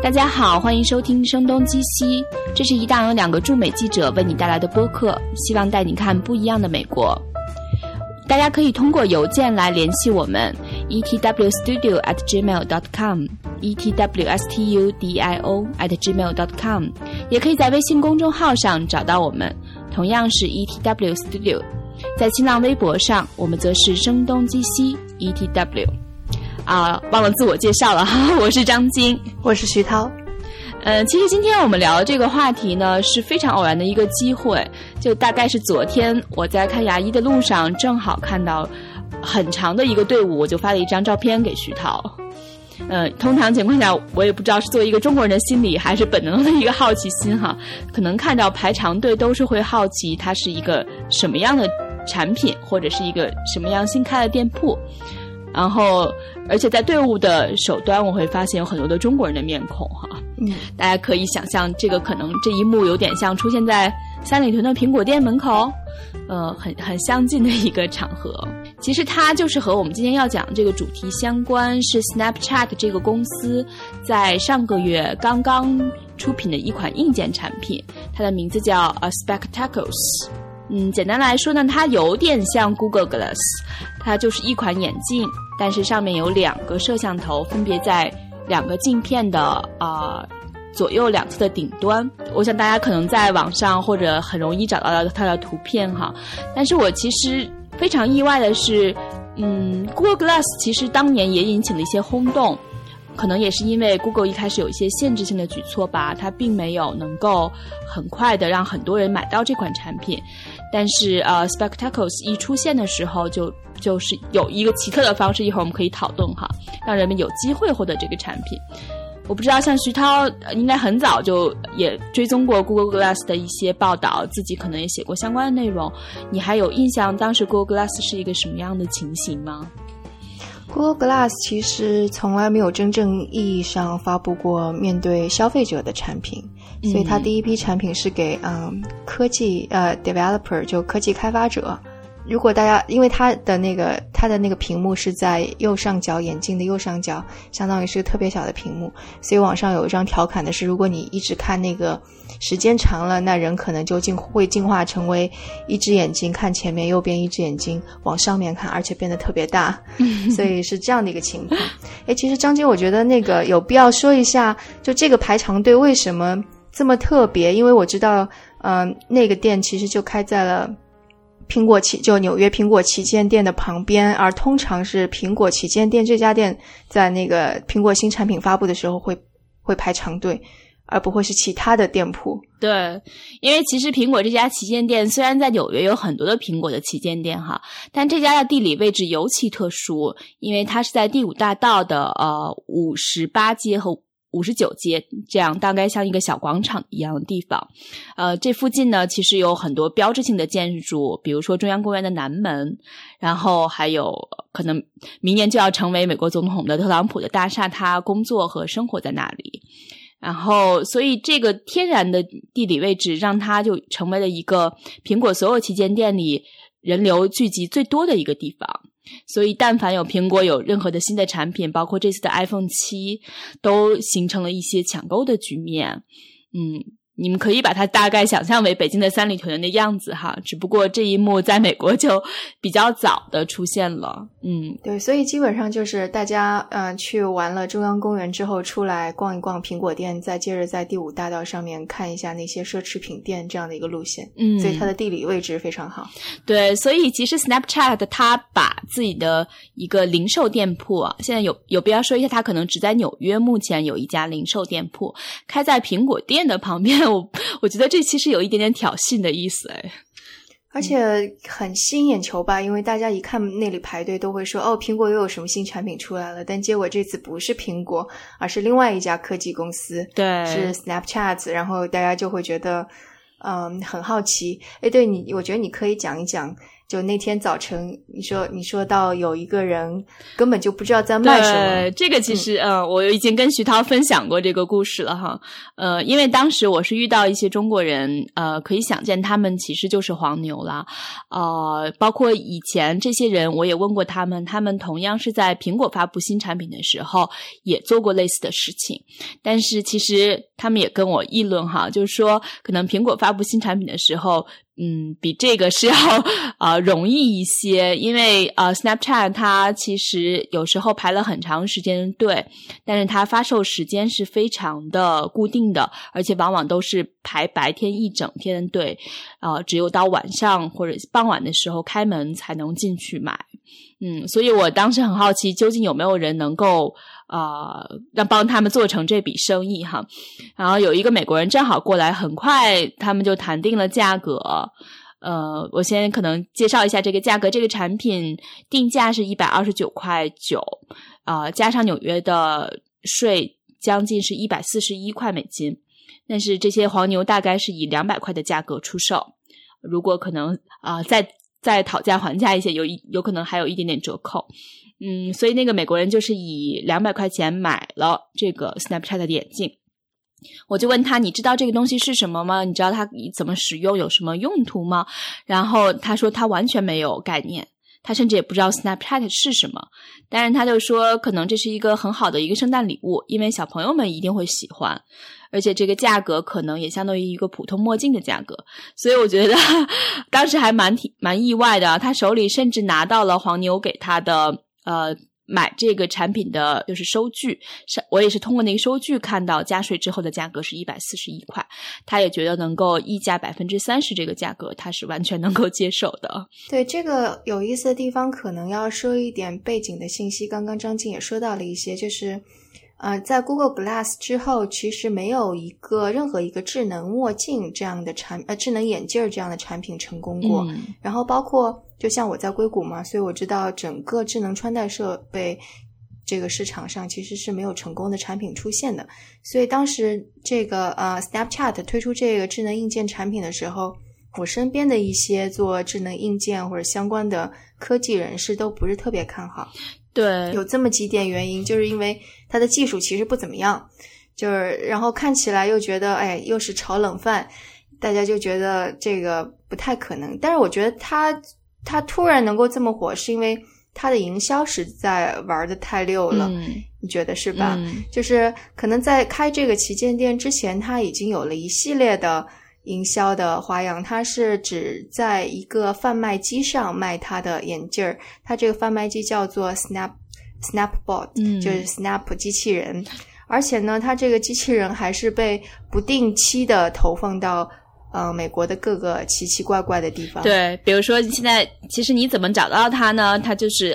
大家好，欢迎收听声东击西，这是一档由2个驻美记者为你带来的播客，希望带你看不一样的美国。大家可以通过邮件来联系我们 etwstudio@gmail.com etwstudio@gmail.com， 也可以在微信公众号上找到我们，同样是 etwstudio。 在新浪微博上我们则是声东击西 etw。忘了自我介绍了哈，我是张晶， 我是徐涛。 其实今天我们聊的这个话题呢，是非常偶然的一个机会，就大概是昨天我在看牙医的路上，正好看到很长的一个队伍，我就发了一张照片给徐涛。通常情况下，我也不知道是作为一个中国人的心理，还是本能的一个好奇心哈，可能看到排长队都是会好奇它是一个什么样的产品，或者是一个什么样新开的店铺。然后而且在队伍的首端我会发现有很多的中国人的面孔哈，大家可以想象这个可能这一幕有点像出现在三里屯的苹果店门口，很相近的一个场合。其实它就是和我们今天要讲这个主题相关，是 Snapchat 这个公司在上个月刚刚出品的一款硬件产品，它的名字叫 Spectacles。简单来说呢，它有点像 Google Glass， 它就是一款眼镜，但是上面有2个摄像头，分别在2个镜片的左右两侧的顶端。我想大家可能在网上或者很容易找到它的图片哈。但是我其实非常意外的是，Google Glass 其实当年也引起了一些轰动，可能也是因为 Google 一开始有一些限制性的举措吧，它并没有能够很快的让很多人买到这款产品。但是Spectacles 一出现的时候就是有一个奇特的方式，一会儿我们可以讨论哈，让人们有机会获得这个产品。我不知道像徐涛应该很早就也追踪过 Google Glass 的一些报道，自己可能也写过相关的内容，你还有印象当时 Google Glass 是一个什么样的情形吗 ？Google Glass 其实从来没有真正意义上发布过面对消费者的产品，所以它第一批产品是给科技developer， 就科技开发者。如果大家因为它的那个屏幕是在右上角，眼镜的右上角，相当于是个特别小的屏幕，所以网上有一张调侃的是，如果你一直看那个时间长了，那人可能就会进化成为一只眼睛看前面，右边一只眼睛往上面看，而且变得特别大，所以是这样的一个情况。其实张晶，我觉得那个有必要说一下，就这个排长队为什么这么特别，因为我知道那个店其实就开在了就纽约苹果旗舰店的旁边，而通常是苹果旗舰店这家店在那个苹果新产品发布的时候会排长队，而不会是其他的店铺。 对，因为其实苹果这家旗舰店虽然在纽约有很多的苹果的旗舰店哈，但这家的地理位置尤其特殊，因为它是在第5大道的58街和59街，这样大概像一个小广场一样的地方。这附近呢其实有很多标志性的建筑，比如说中央公园的南门，然后还有可能明年就要成为美国总统的特朗普的大厦，他工作和生活在那里。然后所以这个天然的地理位置让它就成为了一个苹果所有旗舰店里人流聚集最多的一个地方。所以但凡有苹果有任何的新的产品，包括这次的 iPhone 7，都形成了一些抢购的局面。你们可以把它大概想象为北京的三里屯的样子哈，只不过这一幕在美国就比较早的出现了。 对，所以基本上就是大家去完了中央公园之后出来逛一逛苹果店，再接着在第5大道上面看一下那些奢侈品店，这样的一个路线。所以它的地理位置非常好。 对，所以其实 Snapchat 它把自己的一个零售店铺现在有必要说一下，它可能只在纽约目前有一家零售店铺开在苹果店的旁边，我觉得这其实有一点点挑衅的意思而且很吸引眼球吧，因为大家一看那里排队都会说苹果又有什么新产品出来了，但结果这次不是苹果，而是另外一家科技公司，对，是 Snapchat， 然后大家就会觉得很好奇。对，我觉得你可以讲一讲就那天早晨你说到有一个人根本就不知道在卖什么。 对，这个其实我已经跟徐涛分享过这个故事了哈。因为当时我是遇到一些中国人，可以想见他们其实就是黄牛啦。包括以前这些人我也问过他们同样是在苹果发布新产品的时候也做过类似的事情，但是其实他们也跟我议论哈，就是说可能苹果发布新产品的时候比这个是要容易一些，因为Snapchat 它其实有时候排了很长时间的队，但是它发售时间是非常的固定的，而且往往都是排白天一整天的队，只有到晚上或者傍晚的时候开门才能进去买。所以我当时很好奇究竟有没有人能够帮他们做成这笔生意哈。然后有一个美国人正好过来，很快他们就谈定了价格。我先可能介绍一下这个价格，这个产品定价是129.9块，加上纽约的税将近是141块美金，但是这些黄牛大概是以200块的价格出售，如果可能再讨价还价一些，有可能还有一点点折扣。所以那个美国人就是以200块钱买了这个 Snapchat 的眼镜。我就问他，你知道这个东西是什么吗？你知道它怎么使用，有什么用途吗？然后他说他完全没有概念，他甚至也不知道 Snapchat 是什么。但是他就说可能这是一个很好的一个圣诞礼物，因为小朋友们一定会喜欢，而且这个价格可能也相当于一个普通墨镜的价格。所以我觉得当时还蛮意外的，他手里甚至拿到了黄牛给他的买这个产品的就是收据，我也是通过那个收据看到加税之后的价格是141块，他也觉得能够溢价30%这个价格他是完全能够接受的。 对，这个有意思的地方可能要说一点背景的信息，刚刚张静也说到了一些，就是在 Google Glass 之后其实没有任何一个智能墨镜这样的智能眼镜这样的产品成功过。然后包括就像我在硅谷嘛，所以我知道整个智能穿戴设备这个市场上其实是没有成功的产品出现的。所以当时这个Snapchat 推出这个智能硬件产品的时候，我身边的一些做智能硬件或者相关的科技人士都不是特别看好。 对， 有这么几点原因，就是因为它的技术其实不怎么样，然后看起来又觉得又是炒冷饭，大家就觉得这个不太可能。但是我觉得它突然能够这么火，是因为它的营销实在玩得太溜了，你觉得是吧？就是可能在开这个旗舰店之前，它已经有了一系列的营销的花样。它是只在一个贩卖机上卖它的眼镜儿，它这个贩卖机叫做 Snapbot，就是 Snap 机器人。而且呢，它这个机器人还是被不定期的投放到美国的各个奇奇怪怪的地方。 对，比如说现在其实你怎么找到它呢？它就是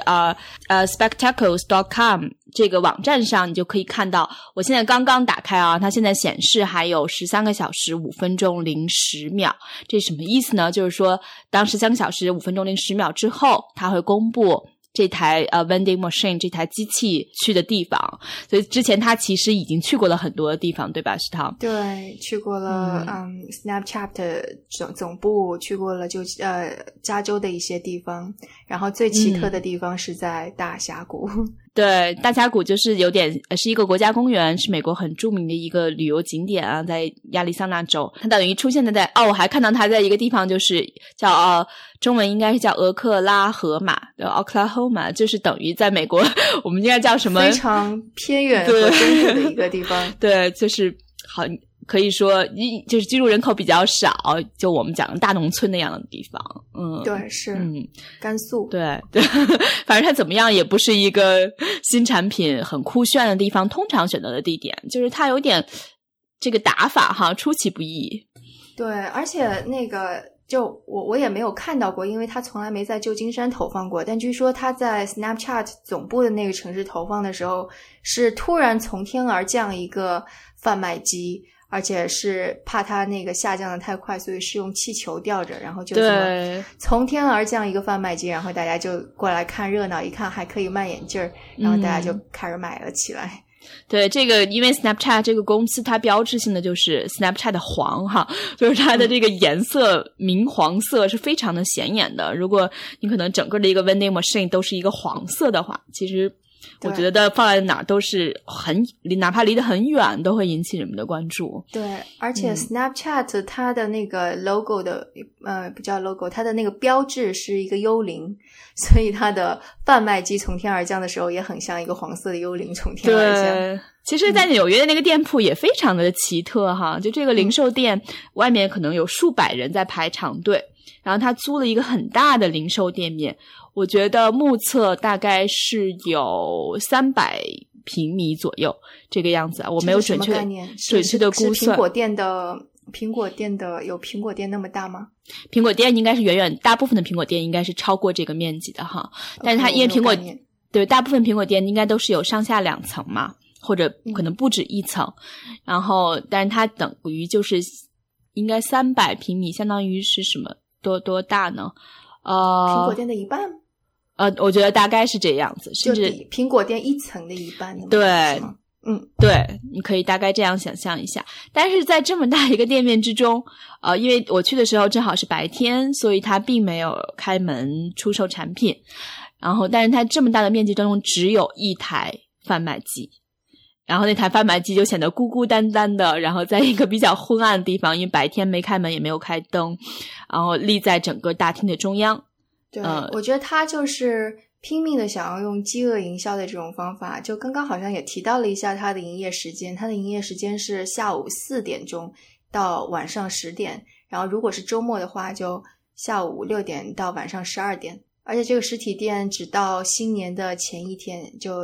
spectacles.com 这个网站上你就可以看到，我现在刚刚打开它现在显示还有13个小时5分钟010秒。这是什么意思呢？就是说当13个小时5分钟010秒之后，它会公布这台vending machine 这台机器去的地方。所以之前他其实已经去过了很多地方，对吧，石涛？ 对，去过了Snapchat 总部，去过了加州的一些地方，然后最奇特的地方是在大峡谷。 对，大峡谷就是是一个国家公园，是美国很著名的一个旅游景点啊，在亚利桑那州。它等于出现在我还看到它在一个地方，就是叫中文应该是叫俄克拉荷马 Oklahoma， 就是等于在美国我们应该叫什么非常偏远和中部的一个地方。 对，就是好可以说就是居住人口比较少，就我们讲的大农村那样的地方。 对，是甘肃。 对，反正它怎么样也不是一个新产品很酷炫的地方通常选择的地点，就是它有点这个打法出其不意。 对，而且那个就我也没有看到过，因为它从来没在旧金山投放过，但据说它在 Snapchat 总部的那个城市投放的时候，是突然从天而降一个贩卖机，而且是怕它那个下降的太快，所以是用气球吊着，然后就这么从天而降一个贩卖机，然后大家就过来看热闹，一看还可以卖眼镜，然后大家就开始买了起来。 对，这个因为 Snapchat 这个公司它标志性的就是 Snapchat 的黄哈，就是它的这个颜色明黄色是非常的显眼的。如果你可能整个的一个 vending machine 都是一个黄色的话，其实我觉得放在哪儿都是哪怕离得很远都会引起人们的关注。 对，而且 Snapchat 它的那个 logo 的不叫 logo， 它的那个标志是一个幽灵，所以它的贩卖机从天而降的时候也很像一个黄色的幽灵从天而降。 对，其实在纽约的那个店铺也非常的奇特哈，就这个零售店外面可能有数百人在排长队，然后他租了一个很大的零售店面，我觉得目测大概是有300平米左右这个样子啊，我没有准确的估算。 是苹果店的有苹果店那么大吗？ 苹果店应该是大部分的苹果店应该是超过这个面积的哈，但是它因为苹果对大部分苹果店应该都是有上下2层嘛，或者可能不止1层，然后但是它等于就是应该300平米，相当于是什么多大呢？ 苹果店的一半。 我觉得大概是这样子，甚至苹果店1层的一半。 对， 对， 你可以大概这样想象一下。但是在这么大一个店面之中，因为我去的时候正好是白天，所以它并没有开门出售产品。然后，但是它这么大的面积当中只有1台贩卖机，然后那台贩卖机就显得孤孤单单的，然后在一个比较昏暗的地方，因为白天没开门也没有开灯，然后立在整个大厅的中央。 对，我觉得他就是拼命的想要用饥饿营销的这种方法，就刚刚好像也提到了一下他的营业时间，他的营业时间是下午4点钟到晚上10点，然后如果是周末的话就下午6点到晚上12点，而且这个实体店直到新年的前一天，就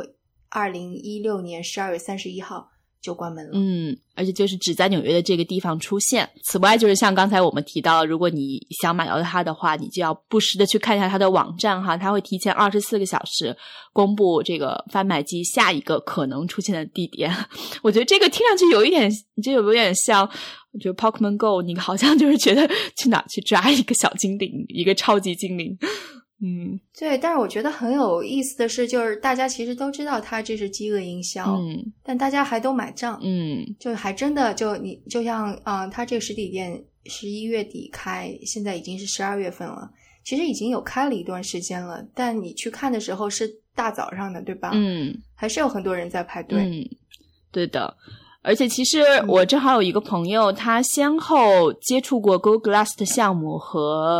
2016年12月31号就关门了。 而且就是只在纽约的这个地方出现。此外就是像刚才我们提到，如果你想买到它的话，你就要不时的去看一下它的网站哈，它会提前24个小时公布这个贩卖机下一个可能出现的地点。我觉得这个听上去有点像，我觉得 Pokémon Go 你好像就是觉得去哪去抓一个小精灵，一个超级精灵。 对，但是我觉得很有意思的是，就是大家其实都知道它这是饥饿营销，但大家还都买账，就还真的就像它这个实体店11月底开，现在已经是12月份了，其实已经有开了一段时间了，但你去看的时候是大早上的，对吧？还是有很多人在排队。 对的。而且其实我正好有一个朋友，他先后接触过 Go Glass 的项目和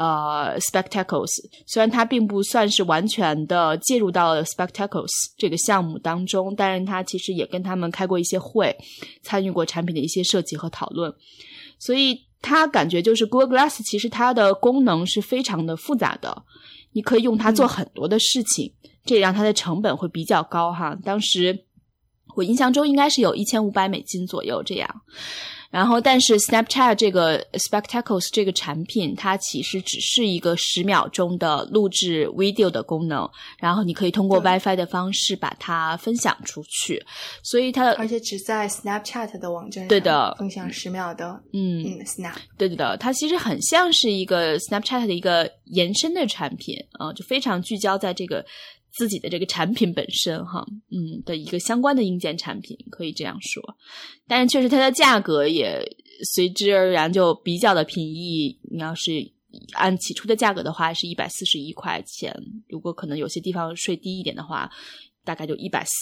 Spectacles， 虽然他并不算是完全的介入到了 Spectacles 这个项目当中，但是他其实也跟他们开过一些会，参与过产品的一些设计和讨论，所以他感觉就是 Go Glass 其实它的功能是非常的复杂的，你可以用它做很多的事情，这也让它的成本会比较高哈。当时我印象中应该是有$1500左右这样。然后但是 Snapchat 这个 Spectacles 这个产品，它其实只是一个10秒钟的录制 video 的功能，然后你可以通过 Wi-Fi 的方式把它分享出去，所以它而且只在 Snapchat 的网站上分享10秒的Snap。 对的，它其实很像是一个 Snapchat 的一个延伸的产品就非常聚焦在这个自己的这个产品本身哈，的一个相关的硬件产品，可以这样说。但是确实它的价格也随之而然就比较的便宜，你要是按起初的价格的话是141块钱，如果可能有些地方税低一点的话，大概就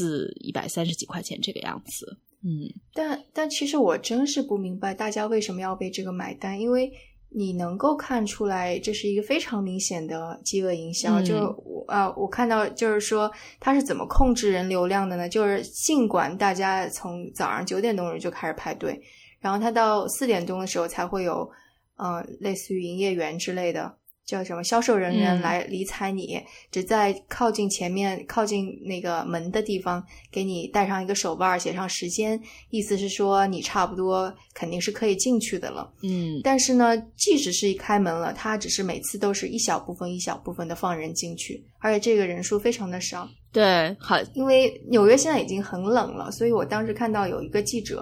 130几块钱这个样子。 但其实我真是不明白大家为什么要为这个买单，因为你能够看出来这是一个非常明显的饥饿营销。我看到就是说它是怎么控制人流量的呢，就是尽管大家从早上9点钟就开始排队，然后它到4点钟的时候才会有类似于营业员之类的叫什么销售人员来理睬你，只在靠近前面靠近那个门的地方给你戴上一个手腕，写上时间，意思是说你差不多肯定是可以进去的了。但是呢即使是一开门了，它只是每次都是一小部分的放人进去，而且这个人数非常的少。 对，好， 因为纽约现在已经很冷了，所以我当时看到有一个记者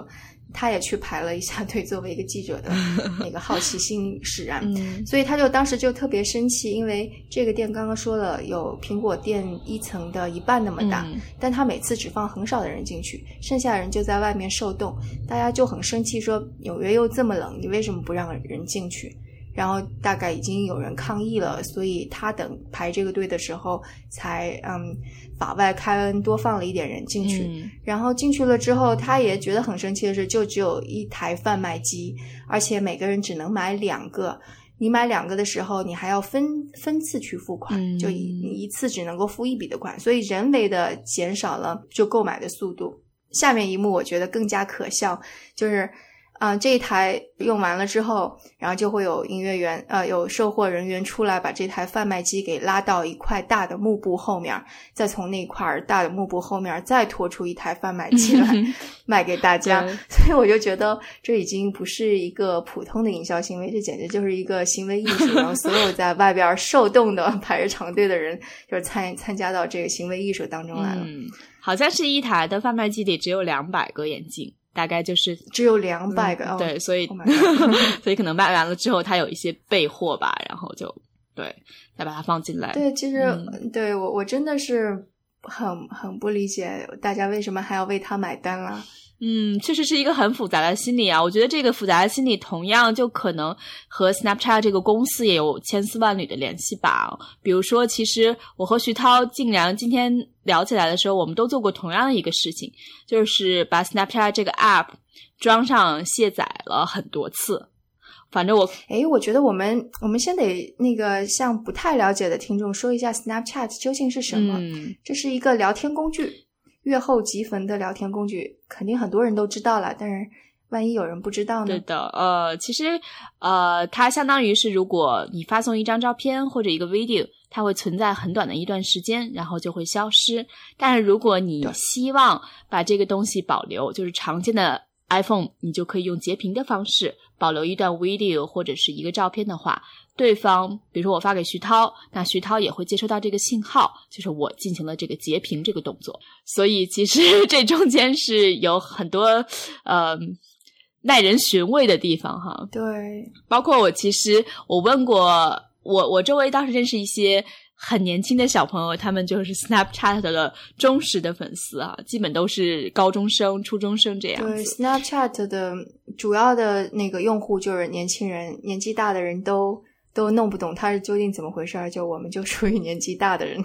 他也去排了一下队，作为一个记者的那个好奇心使然，所以他就当时就特别生气，因为这个店刚刚说了有苹果店1层的1半那么大，但他每次只放很少的人进去，剩下的人就在外面受冻，大家就很生气说纽约又这么冷，你为什么不让人进去？然后大概已经有人抗议了，所以他等排这个队的时候才法外开恩，多放了一点人进去。然后进去了之后，他也觉得很生气的是，就只有1台贩卖机，而且每个人只能买2个。你买2个的时候，你还要分次去付款，就你一次只能够付1笔的款，所以人为的减少了就购买的速度。下面一幕我觉得更加可笑，就是这一台用完了之后，然后就会有音乐员有售货人员出来把这台贩卖机给拉到一块大的幕布后面，再从那块大的幕布后面再拖出一台贩卖机来卖给大家。所以我就觉得这已经不是一个普通的营销行为，这简直就是一个行为艺术，然后所有在外边受冻的排着长队的人就是参加到这个行为艺术当中来了。 好像是一台的贩卖机里只有200个眼镜，大概就是只有200个， 对，所以所以可能卖完了之后它有一些备货吧，然后就对再把它放进来。 对，其实对我真的是很不理解大家为什么还要为它买单啦。 确实是一个很复杂的心理啊。我觉得这个复杂的心理同样就可能和 Snapchat 这个公司也有千丝万缕的联系吧。比如说其实我和徐涛竟然今天聊起来的时候，我们都做过同样的一个事情，就是把 Snapchat 这个 app 装上卸载了很多次。反正我觉得我们先得那个向不太了解的听众说一下 Snapchat 究竟是什么。这是一个聊天工具，阅后即焚的聊天工具，肯定很多人都知道了，但是万一有人不知道呢？ 对的，其实它相当于是如果你发送一张照片或者一个 video， 它会存在很短的一段时间，然后就会消失。但是如果你希望把这个东西保留，就是常见的 iPhone， 你就可以用截屏的方式保留一段 video 或者是一个照片的话，对方比如说我发给徐涛，那徐涛也会接收到这个信号，就是我进行了这个截屏这个动作。所以其实这中间是有很多耐人寻味的地方哈。 对， 包括我问过我周围当时认识一些很年轻的小朋友，他们就是 Snapchat 的忠实的粉丝啊，基本都是高中生、初中生这样子。 对 ，Snapchat 的主要的那个用户就是年轻人，年纪大的人都弄不懂它是究竟怎么回事，就我们就属于年纪大的人。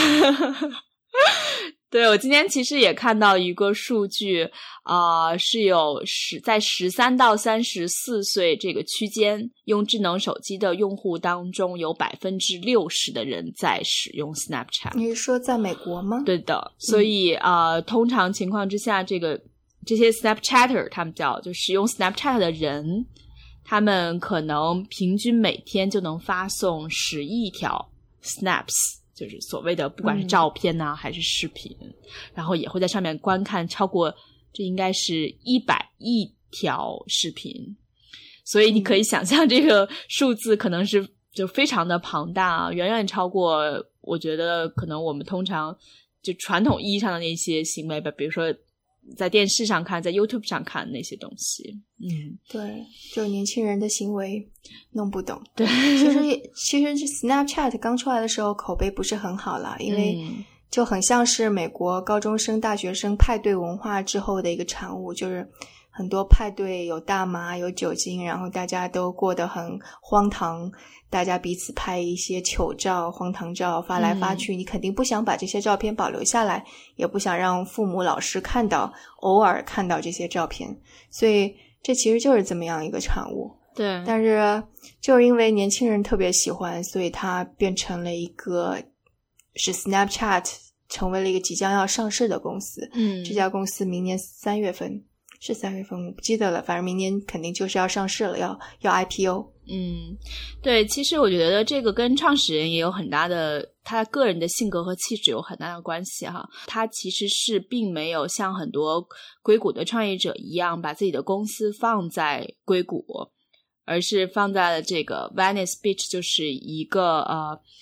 对，我今天其实也看到一个数据是有在13到34岁这个区间用智能手机的用户当中，有60%的人在使用 Snapchat。 你是说在美国吗？ 对的，所以通常情况之下，这些 Snapchatter 他们就使用 Snapchat 的人，他们可能平均每天就能发送10亿条 Snaps，就是所谓的不管是照片啊还是视频，然后也会在上面观看超过这应该是100亿条视频。所以你可以想象这个数字可能是就非常的庞大啊，远远超过我觉得可能我们通常就传统意义上的那些行为吧，比如说在电视上看，在 YouTube 上看那些东西。 对，就年轻人的行为弄不懂。 对， 其实 Snapchat 刚出来的时候口碑不是很好啦，因为就很像是美国高中生、大学生派对文化之后的一个产物，就是很多派对有大麻、有酒精，然后大家都过得很荒唐，大家彼此拍一些糗照、荒唐照发来发去，你肯定不想把这些照片保留下来，也不想让父母、老师看到，偶尔看到这些照片，所以这其实就是这么样一个产物。 对， 但是就是因为年轻人特别喜欢，所以它变成了一个是 Snapchat 成为了一个即将要上市的公司。这家公司明年3月份是3月份我不记得了，反正明年肯定就是要上市了，要 IPO。 对，其实我觉得这个跟创始人也有很大的，他个人的性格和气质有很大的关系哈。他其实是并没有像很多硅谷的创业者一样把自己的公司放在硅谷，而是放在了这个 Venice Beach， 就是一个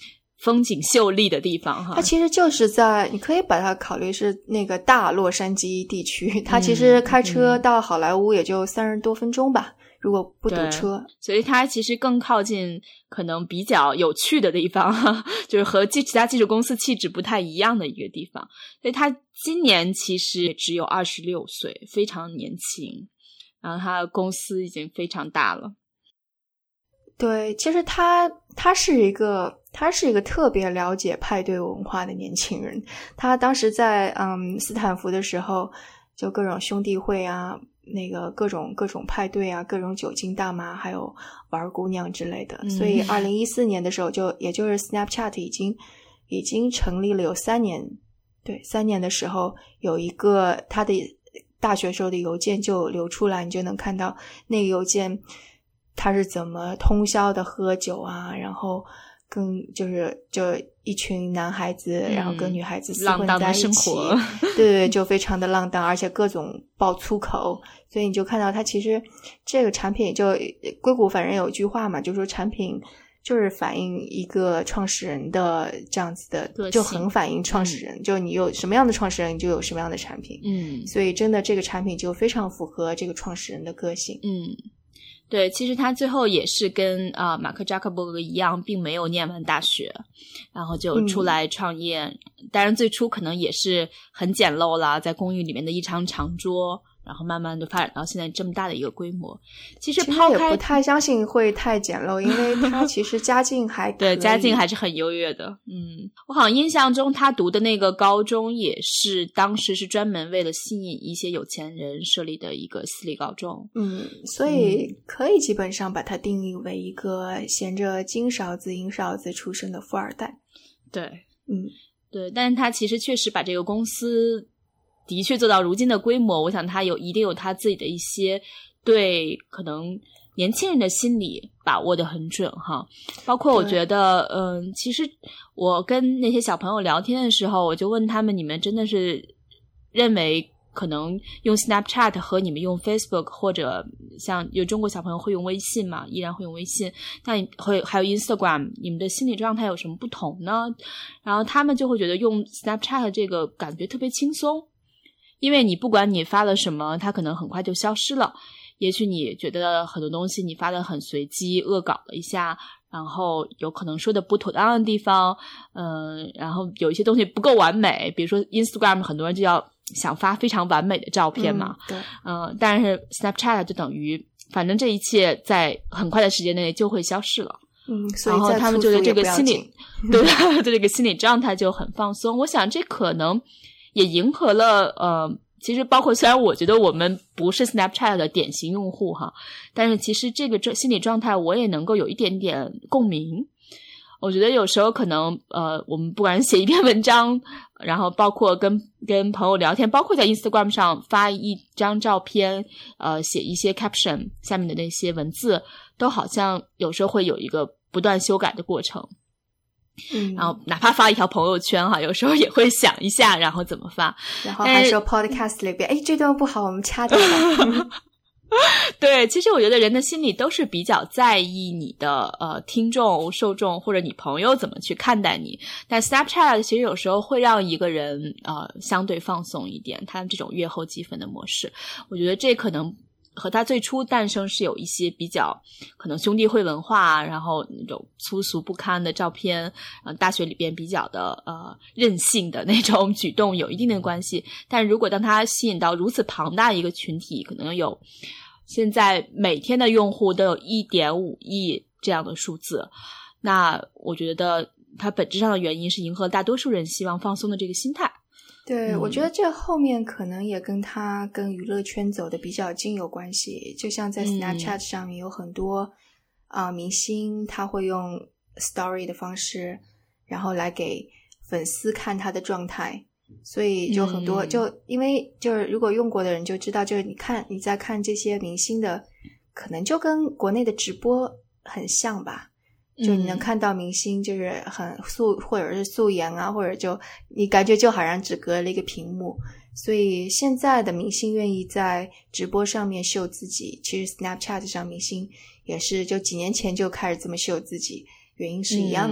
风景秀丽的地方哈。 它其实就是在，你可以把它考虑是那个大洛杉矶地区，它其实开车到好莱坞也就30多分钟吧，如果不堵车。 所以它其实更靠近可能比较有趣的地方哈，就是和其他技术公司气质不太一样的一个地方。所以它今年其实也只有26岁，非常年轻，然后它的公司已经非常大了。 对，其实他是一个特别了解派对文化的年轻人。他当时在斯坦福的时候，就各种兄弟会啊，那个各种派对啊，各种酒精大麻，还有玩姑娘之类的。所以2014年的时候也就是 Snapchat 已经成立了有3年，对，3年的时候有一个他的大学时候的邮件就流出来，你就能看到那个邮件他是怎么通宵的喝酒啊，然后就一群男孩子然后跟女孩子厮混在一起， 浪荡的生活对，就非常的浪荡，而且各种爆粗口。所以你就看到他其实这个产品，就硅谷反正有一句话嘛，就说产品就是反映一个创始人的这样子的，就很反映创始人，就你有什么样的创始人，你就有什么样的产品。所以真的这个产品就非常符合这个创始人的个性。 对，其实他最后也是跟马克扎克伯格一样，并没有念完大学，然后就出来创业。当然最初可能也是很简陋啦，在公寓里面的一张长桌，然后慢慢的发展到现在这么大的一个规模。其实也不太相信会太简陋，因为他其实家境还可以对，家境还是很优越的。我好像印象中他读的那个高中也是当时是专门为了吸引一些有钱人设立的一个私立高中。 所以可以基本上把它定义为一个衔着金勺子银勺子出生的富二代。 对，对，但是他其实确实把这个公司的确做到如今的规模，我想他一定有他自己的一些对可能年轻人的心理把握得很准哈。包括我觉得其实我跟那些小朋友聊天的时候，我就问他们，你们真的是认为可能用 Snapchat 和你们用 Facebook 或者像有中国小朋友会用微信嘛，依然会用微信，但还有 Instagram， 你们的心理状态有什么不同呢？然后他们就会觉得用 Snapchat 这个感觉特别轻松，因为你不管你发了什么，它可能很快就消失了。也许你觉得很多东西你发的很随机，恶搞了一下，然后有可能说的不妥当的地方，然后有一些东西不够完美，比如说 Instagram 很多人就要想发非常完美的照片嘛， 对， 但是 Snapchat 就等于反正这一切在很快的时间内就会消失了。 所以然后他们觉得这个心理对这个心理状态就很放松。我想这可能也迎合了其实包括虽然我觉得我们不是 Snapchat 的典型用户哈，但是其实这个心理状态我也能够有一点点共鸣。我觉得有时候可能我们不管是写一篇文章，然后包括跟朋友聊天，包括在 Instagram 上发一张照片，写一些 caption 下面的那些文字，都好像有时候会有一个不断修改的过程。然后哪怕发一条朋友圈哈，有时候也会想一下然后怎么发， 然后还说 podcast 里边这段不好我们掐掉吧。 对，其实我觉得人的心里都是比较在意你的听众受众或者你朋友怎么去看待你，但 Snapchat 其实有时候会让一个人相对放松一点，他这种阅后积分的模式，我觉得这可能和他最初诞生是有一些比较可能兄弟会文化，然后那种粗俗不堪的照片，大学里边比较的任性的那种举动有一定的关系。但如果当他吸引到如此庞大一个群体，可能有现在每天的用户都有 1.5 亿这样的数字，那我觉得它本质上的原因是迎合大多数人希望放松的这个心态。 对，我觉得这后面可能也跟他跟娱乐圈走的比较近有关系。就像在 Snapchat 上面有很多明星，他会用 story 的方式，然后来给粉丝看他的状态，所以就很多就因为就是如果用过的人就知道，就是你在看这些明星的，可能就跟国内的直播很像吧。就你能看到明星就是很或者是素颜啊，或者就你感觉就好像只隔了一个屏幕。所以现在的明星愿意在直播上面秀自己，其实 Snapchat 上明星也是就几年前就开始这么秀自己，原因是一样的。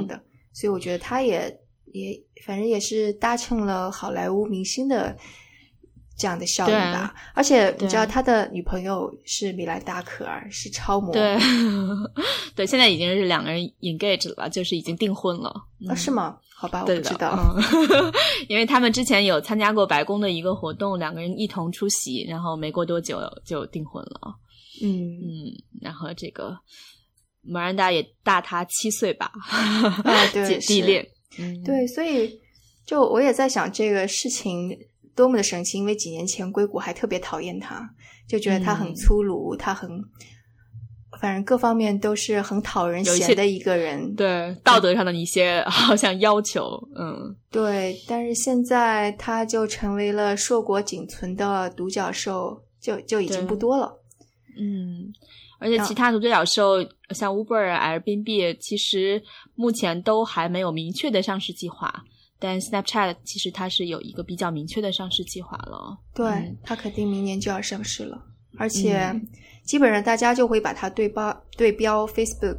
所以我觉得他也反正也是搭乘了好莱坞明星的这样的效应吧。而且你知道他的女朋友是米兰达可儿，是超模。 对对，现在已经是两个人 engage 了，就是已经订婚了。 是吗？好吧，我不知道。 因为他们之前有参加过白宫的一个活动，两个人一同出席，然后没过多久就订婚了。然后这个米兰达也大他7岁吧。 对， 姐弟恋。 对，所以就我也在想这个事情多么的神奇，因为几年前硅谷还特别讨厌他，就觉得他很粗鲁，他很反正各方面都是很讨人嫌的一个人。 对，道德上的一些好像要求。 对，但是现在他就成为了硕果仅存的独角兽，就已经不多了。 而且其他独角兽像 Uber、Airbnb 其实目前都还没有明确的上市计划，但 Snapchat 其实它是有一个比较明确的上市计划了。 对，它肯定明年就要上市了，而且基本上大家就会把它对标 Facebook。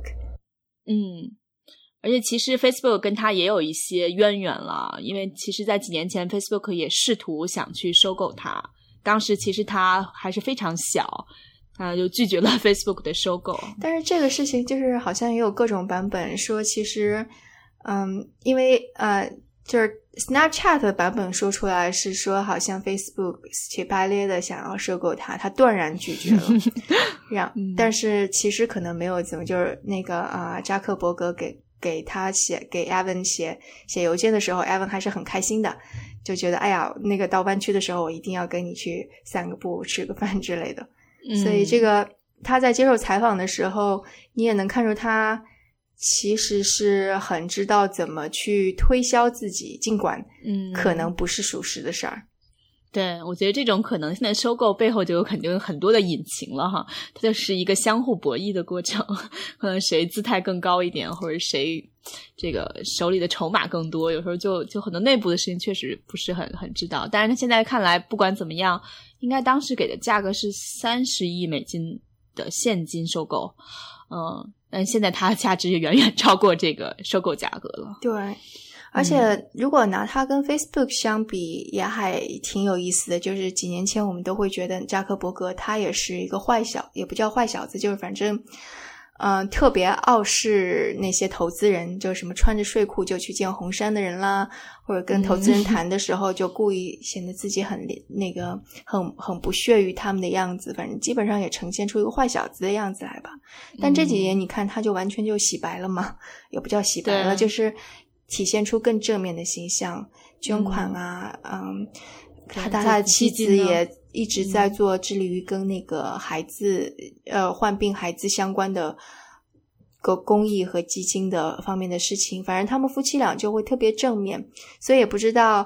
而且其实 Facebook 跟它也有一些渊源了，因为其实在几年前 Facebook 也试图想去收购它，当时其实它还是非常小，就拒绝了 Facebook 的收购。 但是这个事情就是好像也有各种版本说，其实因为就是 Snapchat 的版本说出来是说好像 Facebook 气白咧的想要收购它，他断然拒绝了。但是其实可能没有怎么，就是那个扎克伯格给他给 Evan 写邮件的时候， Evan 还是很开心的，就觉得哎呀，那个到湾区的时候我一定要跟你去散个步吃个饭之类的。所以这个他在接受采访的时候，你也能看出他其实是很知道怎么去推销自己，尽管可能不是属实的事儿。 对，我觉得这种可能性的收购背后就有肯定很多的隐情了哈，它就是一个相互博弈的过程，可能谁姿态更高一点，或者谁这个手里的筹码更多，有时候就很多内部的事情确实不是很知道。但是现在看来不管怎么样，应该当时给的价格是30亿美金的现金收购，但现在它的价值也远远超过这个收购价格了。 对，而且如果拿它跟 Facebook 相比也还挺有意思的，就是几年前我们都会觉得扎克伯格他也是一个也不叫坏小子，就是反正特别傲视那些投资人，就什么穿着睡裤就去见红杉的人啦，或者跟投资人谈的时候就故意显得自己很不屑于他们的样子，反正基本上也呈现出一个坏小子的样子来吧。但这几年你看他就完全就洗白了嘛，也不叫洗白了，就是体现出更正面的形象，捐款啊，他的妻子也一直在做致力于跟那个孩子患病孩子相关的公益和基金的方面的事情，反正他们夫妻俩就会特别正面，所以也不知道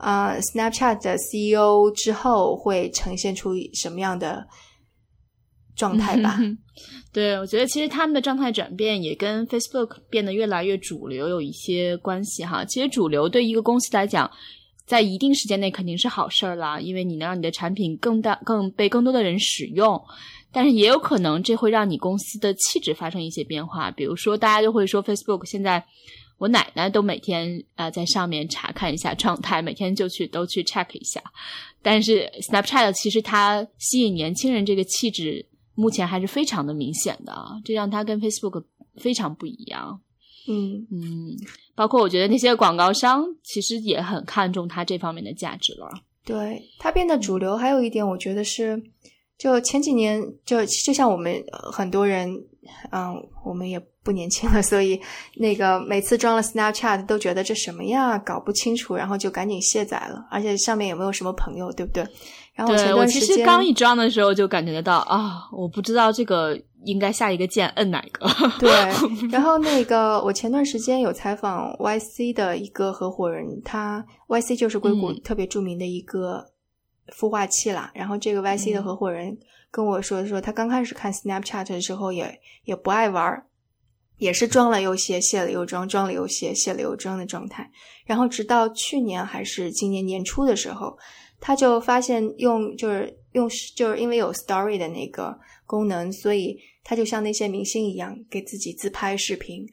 Snapchat 的 CEO 之后会呈现出什么样的状态吧。 对，我觉得其实他们的状态转变也跟 Facebook 变得越来越主流有一些关系哈。其实主流对一个公司来讲，在一定时间内肯定是好事啦，因为你能让你的产品被更多的人使用，但是也有可能这会让你公司的气质发生一些变化。比如说大家就会说 Facebook 现在我奶奶都每天在上面查看一下状态，每天都去 check 一下，但是 Snapchat 其实它吸引年轻人这个气质目前还是非常的明显的，这让它跟 Facebook 非常不一样。包括我觉得那些广告商其实也很看重它这方面的价值了。 对，它变得主流还有一点我觉得是，就前几年就像我们很多人我们也不年轻了，所以那个每次装了 Snapchat 都觉得这什么呀搞不清楚，然后就赶紧卸载了，而且上面有没有什么朋友，对不对？然后对，我其实刚一装的时候就感觉得到我不知道这个应该下一个键摁哪个。 对，然后那个我前段时间有采访 YC 的一个合伙人，他 YC 就是硅谷特别著名的一个孵化器啦，然后这个 YC 的合伙人跟我说他刚开始看 Snapchat 的时候也不爱玩，也是装了又卸，卸了又装，装了又卸，卸了又装的状态，然后直到去年还是今年年初的时候，他就发现就是因为有 Story 的那个功能，所以他就像那些明星一样给自己自拍视频，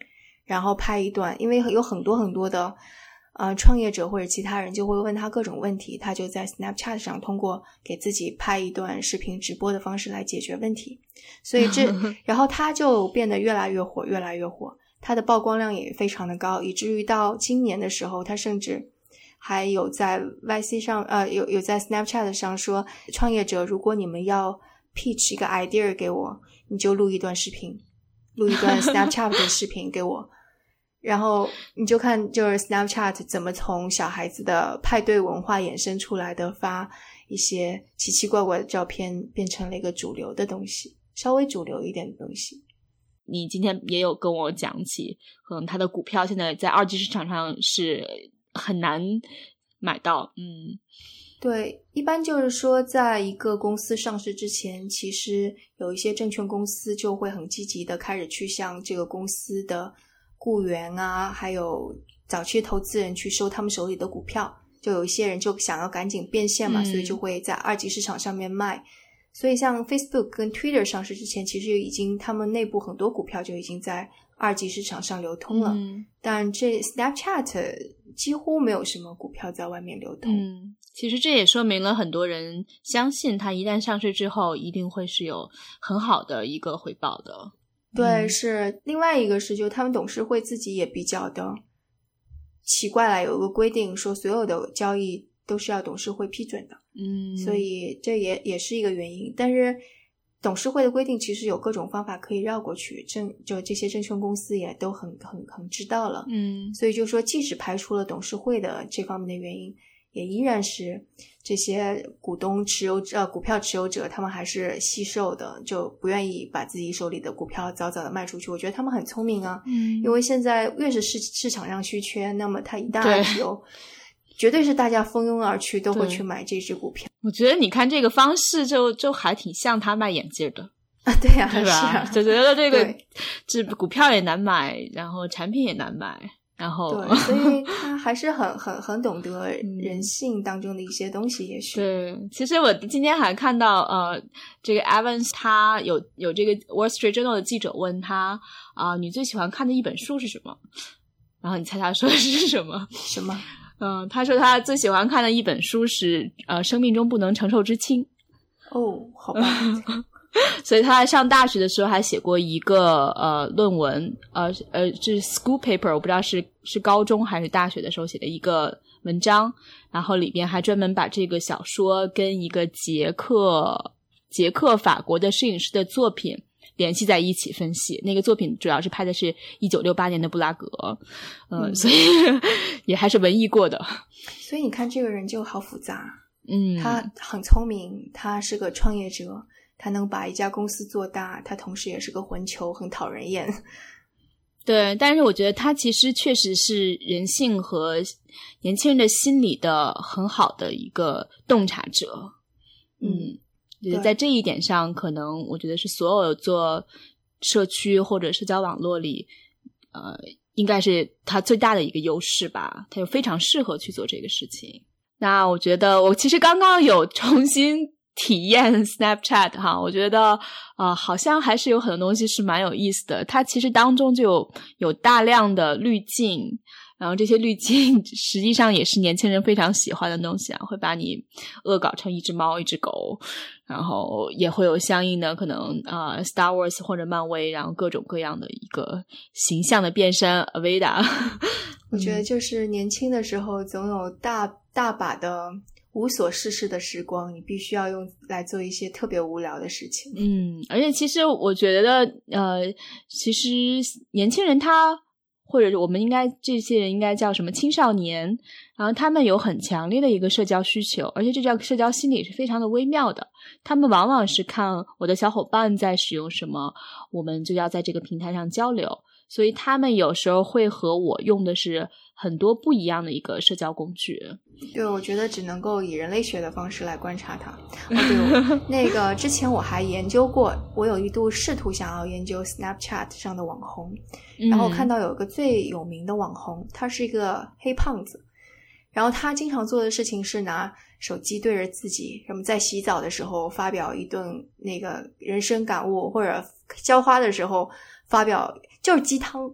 然后拍一段，因为有很多很多的创业者或者其他人就会问他各种问题，他就在 Snapchat 上通过给自己拍一段视频直播的方式来解决问题。所以然后他就变得越来越火，越来越火，他的曝光量也非常的高，以至于到今年的时候，他甚至还有在 YC 上有在 Snapchat 上说，创业者如果你们要 pitch 一个 idea 给我，你就录一段视频，录一段 Snapchat 的视频给我，然后你就看就是 Snapchat 怎么从小孩子的派对文化衍生出来的发一些奇奇怪怪的照片，变成了一个主流的东西，稍微主流一点的东西。 你今天也有跟我讲起，可能它的股票现在在二级市场上是很难买到。 对，一般就是说在一个公司上市之前，其实有一些证券公司就会很积极的开始去向这个公司的雇员啊，还有早期投资人去收他们手里的股票，就有一些人就想要赶紧变现嘛，所以就会在二级市场上面卖。所以像 Facebook 跟 Twitter 上市之前，其实已经他们内部很多股票就已经在二级市场上流通了，但这 Snapchat 几乎没有什么股票在外面流通。 其实这也说明了很多人相信它一旦上市之后一定会是有很好的一个回报的。 对，是。另外一个是就他们董事会自己也比较的奇怪了，有一个规定说所有的交易都是要董事会批准的。所以这也是一个原因。但是董事会的规定其实有各种方法可以绕过去，就这些证券公司也都很知道了。所以就说即使排除了董事会的这方面的原因，也依然是这些股票持有者他们还是惜售的，就不愿意把自己手里的股票早早的卖出去。我觉得他们很聪明啊，因为现在越是市场上稀缺，那么它一旦 IPO绝对是大家蜂拥而去，都会去买这只股票。 我觉得你看这个方式就还挺像他卖眼镜的啊，对呀， 对吧？ 是啊， 就觉得这股票也难买，然后产品也难买，然后对，所以他还是很懂得人性当中的一些东西，也许。 对，其实我今天还看到这个 Evans 他有这个 Wall Street Journal 的记者问他你最喜欢看的一本书是什么？然后你猜他说的是什么？ 什么？ 他说他最喜欢看的一本书是生命中不能承受之轻。 哦，好吧。 所以他在上大学的时候还写过一个论文，是 school paper， 我不知道是高中还是大学的时候写的一个文章，然后里边还专门把这个小说跟一个捷克法国的摄影师的作品联系在一起分析。那个作品主要是拍的是1968年的布拉格，所以也还是文艺过的。 所以你看这个人就好复杂，他很聪明，他是个创业者，他能把一家公司做大，他同时也是个混球，很讨人厌。 对，但是我觉得他其实确实是人性和年轻人的心理的很好的一个洞察者。就是在这一点上，可能我觉得是所有做社区或者社交网络里应该是他最大的一个优势吧，他就非常适合去做这个事情。那我觉得我其实刚刚有重新体验 Snapchat 哈，我觉得好像还是有很多东西是蛮有意思的。它其实当中就有大量的滤镜，然后这些滤镜实际上也是年轻人非常喜欢的东西啊，会把你恶搞成一只猫一只狗，然后也会有相应的可能Star Wars 或者漫威，然后各种各样的一个形象的变身 Aveda。 我觉得就是年轻的时候总有大把的无所事事的时光，你必须要用来做一些特别无聊的事情。 而且其实我觉得其实年轻人他或者我们这些人应该叫什么青少年，然后他们有很强烈的一个社交需求，而且这叫社交心理是非常的微妙的。他们往往是看我的小伙伴在使用什么，我们就要在这个平台上交流，所以他们有时候会和我用的是很多不一样的一个社交工具。 对，我觉得只能够以人类学的方式来观察它。对，那个之前我还研究过，我有一度试图想要研究 Snapchat 上的网红，然后看到有一个最有名的网红，他是一个黑胖子，然后他经常做的事情是拿手机对着自己，什么在洗澡的时候发表一顿那个人生感悟，或者浇花的时候发表就是鸡汤，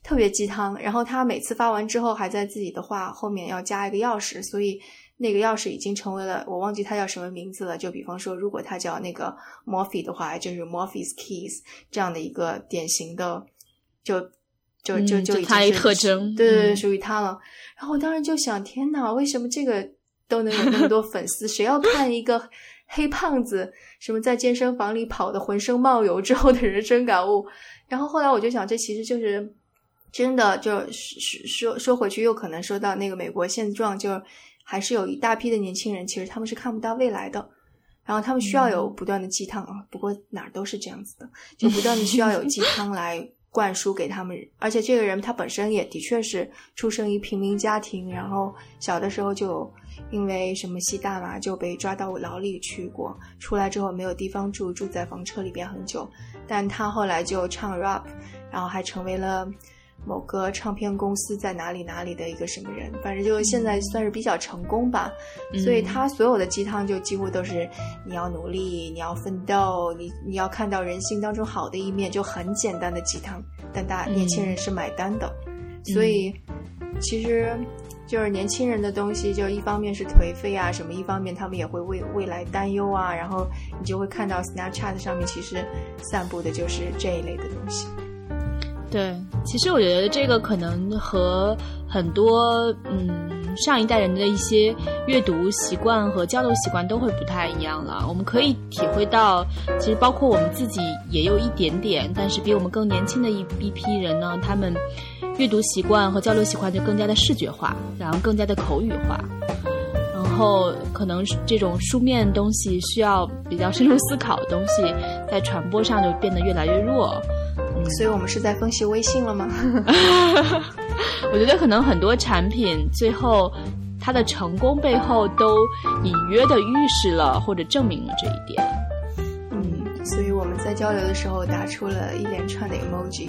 特别鸡汤。然后他每次发完之后还在自己的话后面要加一个钥匙，所以那个钥匙已经成为了，我忘记他叫什么名字了，就比方说如果他叫那个 Morphe 的话，就是 Morphe's Keys 这样的一个典型的就已经是他一特征， 对，属于他了。然后我当时就想，天哪，为什么这个都能有那么多粉丝？谁要看一个黑胖子什么在健身房里跑的浑身冒油之后的人生感悟？然后后来我就想，这其实就是真的，就说回去又可能说到那个美国现状，就还是有一大批的年轻人，其实他们是看不到未来的，然后他们需要有不断的鸡汤啊。不过哪儿都是这样子的，就不断的需要有鸡汤来灌输给他们。而且这个人他本身也的确是出生于平民家庭，然后小的时候就因为什么吸大麻就被抓到牢里去过，出来之后没有地方住，住在房车里边很久。但他后来就唱 rap， 然后还成为了某个唱片公司在哪里的一个什么人，反正就现在算是比较成功吧。所以他所有的鸡汤就几乎都是你要努力，你要奋斗，你要看到人性当中好的一面，就很简单的鸡汤，但年轻人是买单的。所以其实就是年轻人的东西，就一方面是颓废啊什么，一方面他们也会为未来担忧啊，然后你就会看到 Snapchat 上面其实散布的就是这一类的东西。 对，其实我觉得这个可能和很多上一代人的一些阅读习惯和交流习惯都会不太一样了。我们可以体会到，其实包括我们自己也有一点点，但是比我们更年轻的一批人呢，他们阅读习惯和交流习惯就更加的视觉化，然后更加的口语化，然后可能这种书面东西需要比较深入思考的东西在传播上就变得越来越弱。 所以我们是在分析微信了吗？ 我觉得可能很多产品最后它的成功背后都隐约的预示了或者证明了这一点。 所以我们在交流的时候打出了一连串的 emoji。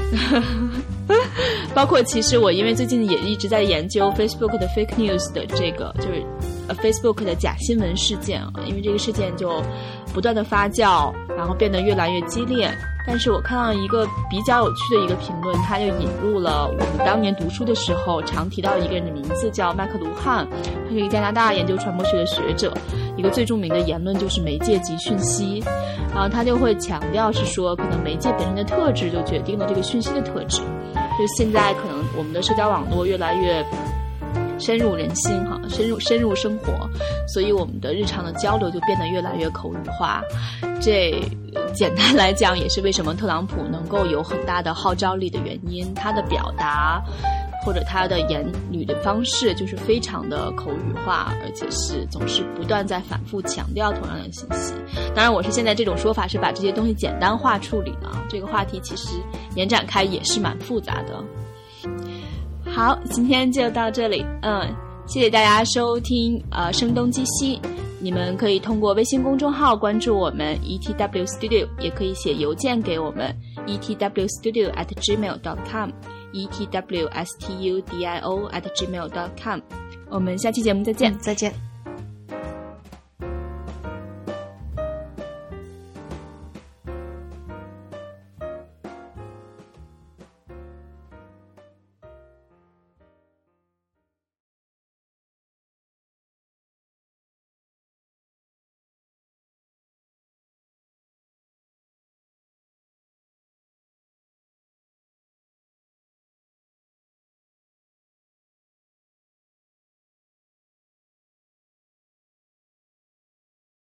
包括其实我因为最近也一直在研究 Facebook 的 fake news 的这个就是 Facebook 的假新闻事件啊，因为这个事件就不断的发酵，然后变得越来越激烈。但是我看到一个比较有趣的一个评论，他就引入了我们当年读书的时候常提到一个人的名字，叫麦克卢汉，他是一个加拿大研究传播学的学者。一个最著名的言论就是媒介即讯息，然后他就会强调是说，可能媒介本身的特质就决定了这个讯息的特质。就现在可能我们的社交网络越来越深入人心哈，深入生活，所以我们的日常的交流就变得越来越口语化。这简单来讲也是为什么特朗普能够有很大的号召力的原因，他的表达或者他的言语的方式就是非常的口语化，而且是总是不断在反复强调同样的信息。当然我是现在这种说法是把这些东西简单化处理了，这个话题其实延展开也是蛮复杂的。好，今天就到这里，谢谢大家收听声东击西。你们可以通过微信公众号关注我们 ETW Studio， 也可以写邮件给我们 etwstudio@gmail.com etwstudio@gmail.com。 我们下期节目再见。 再见。